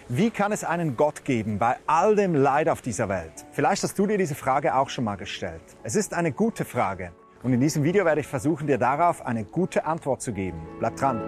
Wie kann es einen Gott geben bei all dem Leid auf dieser Welt? Vielleicht hast du dir diese Frage auch schon mal gestellt. Es ist eine gute Frage. Und in diesem Video werde ich versuchen, dir darauf eine gute Antwort zu geben. Bleib dran!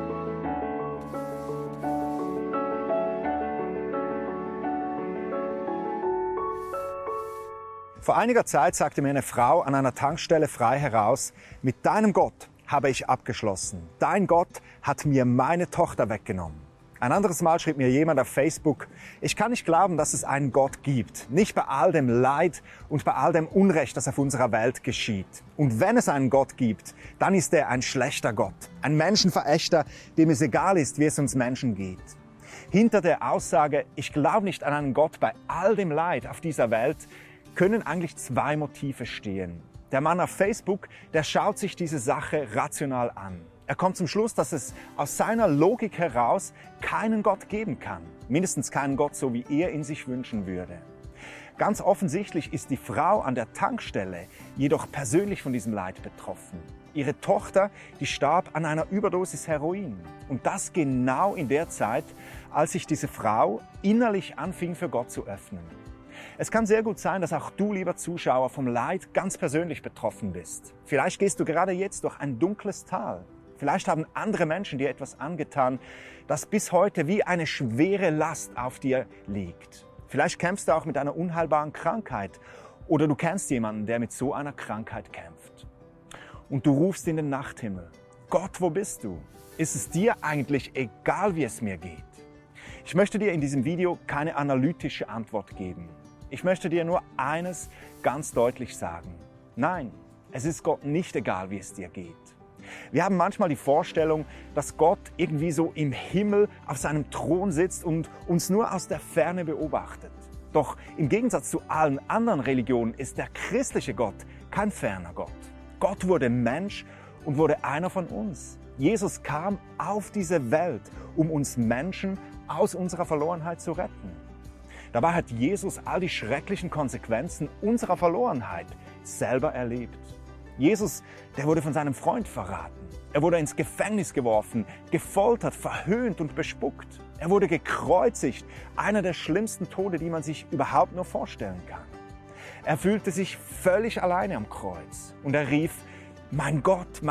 Vor einiger Zeit sagte mir eine Frau an einer Tankstelle frei heraus: Mit deinem Gott habe ich abgeschlossen. Dein Gott hat mir meine Tochter weggenommen. Ein anderes Mal schrieb mir jemand auf Facebook: Ich kann nicht glauben, dass es einen Gott gibt. Nicht bei all dem Leid und bei all dem Unrecht, das auf unserer Welt geschieht. Und wenn es einen Gott gibt, dann ist er ein schlechter Gott. Ein Menschenverächter, dem es egal ist, wie es uns Menschen geht. Hinter der Aussage, ich glaube nicht an einen Gott bei all dem Leid auf dieser Welt, können eigentlich zwei Motive stehen. Der Mann auf Facebook, der schaut sich diese Sache rational an. Er kommt zum Schluss, dass es aus seiner Logik heraus keinen Gott geben kann. Mindestens keinen Gott, so wie er ihn sich wünschen würde. Ganz offensichtlich ist die Frau an der Tankstelle jedoch persönlich von diesem Leid betroffen. Ihre Tochter, die starb an einer Überdosis Heroin. Und das genau in der Zeit, als sich diese Frau innerlich anfing, für Gott zu öffnen. Es kann sehr gut sein, dass auch du, lieber Zuschauer, vom Leid ganz persönlich betroffen bist. Vielleicht gehst du gerade jetzt durch ein dunkles Tal. Vielleicht haben andere Menschen dir etwas angetan, das bis heute wie eine schwere Last auf dir liegt. Vielleicht kämpfst du auch mit einer unheilbaren Krankheit oder du kennst jemanden, der mit so einer Krankheit kämpft. Und du rufst in den Nachthimmel: Gott, wo bist du? Ist es dir eigentlich egal, wie es mir geht? Ich möchte dir in diesem Video keine analytische Antwort geben. Ich möchte dir nur eines ganz deutlich sagen: Nein, es ist Gott nicht egal, wie es dir geht. Wir haben manchmal die Vorstellung, dass Gott irgendwie so im Himmel auf seinem Thron sitzt und uns nur aus der Ferne beobachtet. Doch im Gegensatz zu allen anderen Religionen ist der christliche Gott kein ferner Gott. Gott wurde Mensch und wurde einer von uns. Jesus kam auf diese Welt, um uns Menschen aus unserer Verlorenheit zu retten. Dabei hat Jesus all die schrecklichen Konsequenzen unserer Verlorenheit selber erlebt. Jesus, der wurde von seinem Freund verraten. Er wurde ins Gefängnis geworfen, gefoltert, verhöhnt und bespuckt. Er wurde gekreuzigt, einer der schlimmsten Tode, die man sich überhaupt nur vorstellen kann. Er fühlte sich völlig alleine am Kreuz und er rief: Mein Gott,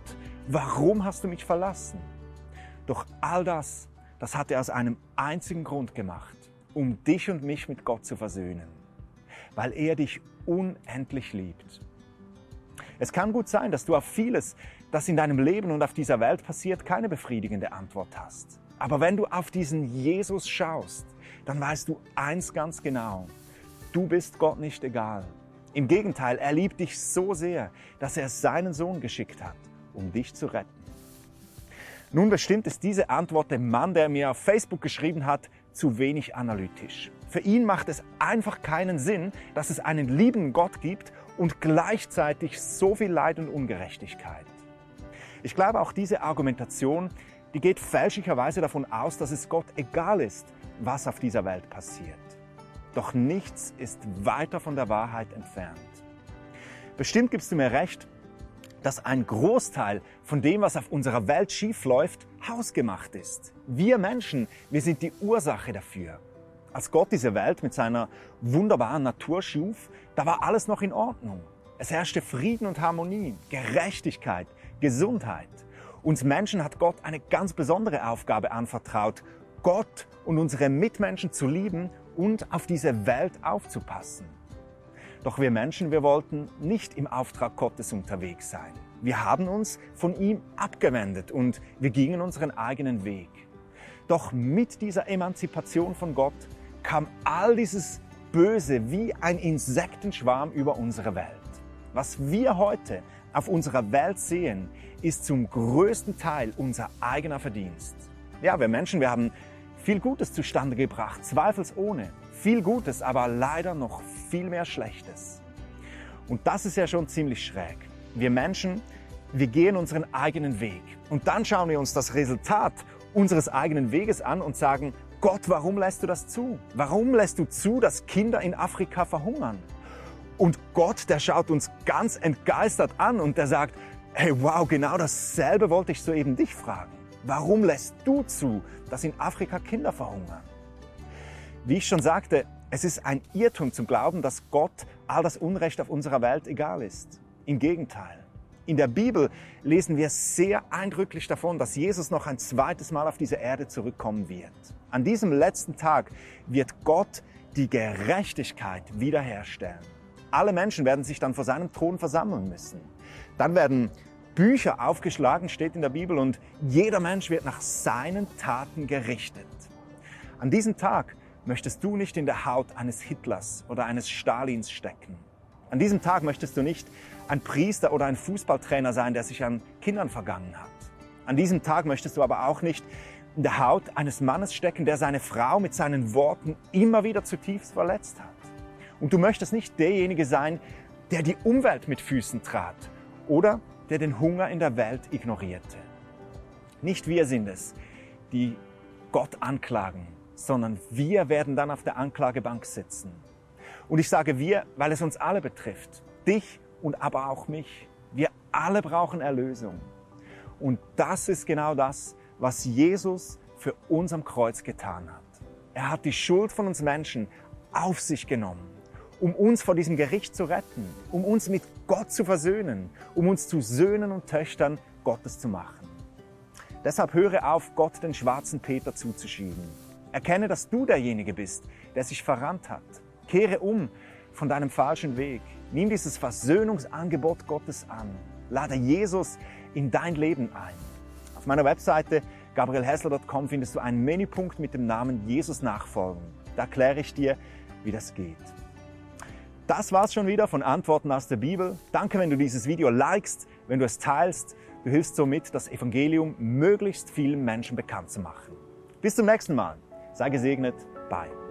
warum hast du mich verlassen? Doch all das hat er aus einem einzigen Grund gemacht: um dich und mich mit Gott zu versöhnen, weil er dich unendlich liebt. Es kann gut sein, dass du auf vieles, das in deinem Leben und auf dieser Welt passiert, keine befriedigende Antwort hast. Aber wenn du auf diesen Jesus schaust, dann weißt du eins ganz genau: Du bist Gott nicht egal. Im Gegenteil, er liebt dich so sehr, dass er seinen Sohn geschickt hat, um dich zu retten. Nun, bestimmt ist diese Antwort dem Mann, der mir auf Facebook geschrieben hat, zu wenig analytisch. Für ihn macht es einfach keinen Sinn, dass es einen liebenden Gott gibt und gleichzeitig so viel Leid und Ungerechtigkeit. Ich glaube, auch diese Argumentation, die geht fälschlicherweise davon aus, dass es Gott egal ist, was auf dieser Welt passiert. Doch nichts ist weiter von der Wahrheit entfernt. Bestimmt gibst du mir recht, dass ein Großteil von dem, was auf unserer Welt schiefläuft, hausgemacht ist. Wir Menschen, wir sind die Ursache dafür. Als Gott diese Welt mit seiner wunderbaren Natur schuf, da war alles noch in Ordnung. Es herrschte Frieden und Harmonie, Gerechtigkeit, Gesundheit. Uns Menschen hat Gott eine ganz besondere Aufgabe anvertraut: Gott und unsere Mitmenschen zu lieben und auf diese Welt aufzupassen. Doch wir Menschen, wir wollten nicht im Auftrag Gottes unterwegs sein. Wir haben uns von ihm abgewendet und wir gingen unseren eigenen Weg. Doch mit dieser Emanzipation von Gott kam all dieses Böse wie ein Insektenschwarm über unsere Welt. Was wir heute auf unserer Welt sehen, ist zum größten Teil unser eigener Verdienst. Ja, wir Menschen, wir haben viel Gutes zustande gebracht, zweifelsohne. Viel Gutes, aber leider noch viel mehr Schlechtes. Und das ist ja schon ziemlich schräg. Wir Menschen, wir gehen unseren eigenen Weg. Und dann schauen wir uns das Resultat unseres eigenen Weges an und sagen: Gott, warum lässt du das zu? Warum lässt du zu, dass Kinder in Afrika verhungern? Und Gott, der schaut uns ganz entgeistert an und der sagt: Hey, wow, genau dasselbe wollte ich soeben dich fragen. Warum lässt du zu, dass in Afrika Kinder verhungern? Wie ich schon sagte, es ist ein Irrtum zu glauben, dass Gott all das Unrecht auf unserer Welt egal ist. Im Gegenteil. In der Bibel lesen wir sehr eindrücklich davon, dass Jesus noch ein zweites Mal auf diese Erde zurückkommen wird. An diesem letzten Tag wird Gott die Gerechtigkeit wiederherstellen. Alle Menschen werden sich dann vor seinem Thron versammeln müssen. Dann werden Bücher aufgeschlagen, steht in der Bibel, und jeder Mensch wird nach seinen Taten gerichtet. An diesem Tag möchtest du nicht in der Haut eines Hitlers oder eines Stalins stecken. An diesem Tag möchtest du nicht ein Priester oder ein Fußballtrainer sein, der sich an Kindern vergangen hat. An diesem Tag möchtest du aber auch nicht in der Haut eines Mannes stecken, der seine Frau mit seinen Worten immer wieder zutiefst verletzt hat. Und du möchtest nicht derjenige sein, der die Umwelt mit Füßen trat oder der den Hunger in der Welt ignorierte. Nicht wir sind es, die Gott anklagen, sondern wir werden dann auf der Anklagebank sitzen. Und ich sage wir, weil es uns alle betrifft. Dich und aber auch mich. Wir alle brauchen Erlösung. Und das ist genau das, was Jesus für uns am Kreuz getan hat. Er hat die Schuld von uns Menschen auf sich genommen, um uns vor diesem Gericht zu retten, um uns mit Gott zu versöhnen, um uns zu Söhnen und Töchtern Gottes zu machen. Deshalb höre auf, Gott den schwarzen Peter zuzuschieben. Erkenne, dass du derjenige bist, der sich verrannt hat. Kehre um von deinem falschen Weg. Nimm dieses Versöhnungsangebot Gottes an. Lade Jesus in dein Leben ein. Auf meiner Webseite gabrielhessler.com findest du einen Menüpunkt mit dem Namen Jesus nachfolgen. Da erkläre ich dir, wie das geht. Das war's schon wieder von Antworten aus der Bibel. Danke, wenn du dieses Video likest, wenn du es teilst. Du hilfst somit, das Evangelium möglichst vielen Menschen bekannt zu machen. Bis zum nächsten Mal. Sei gesegnet. Bye.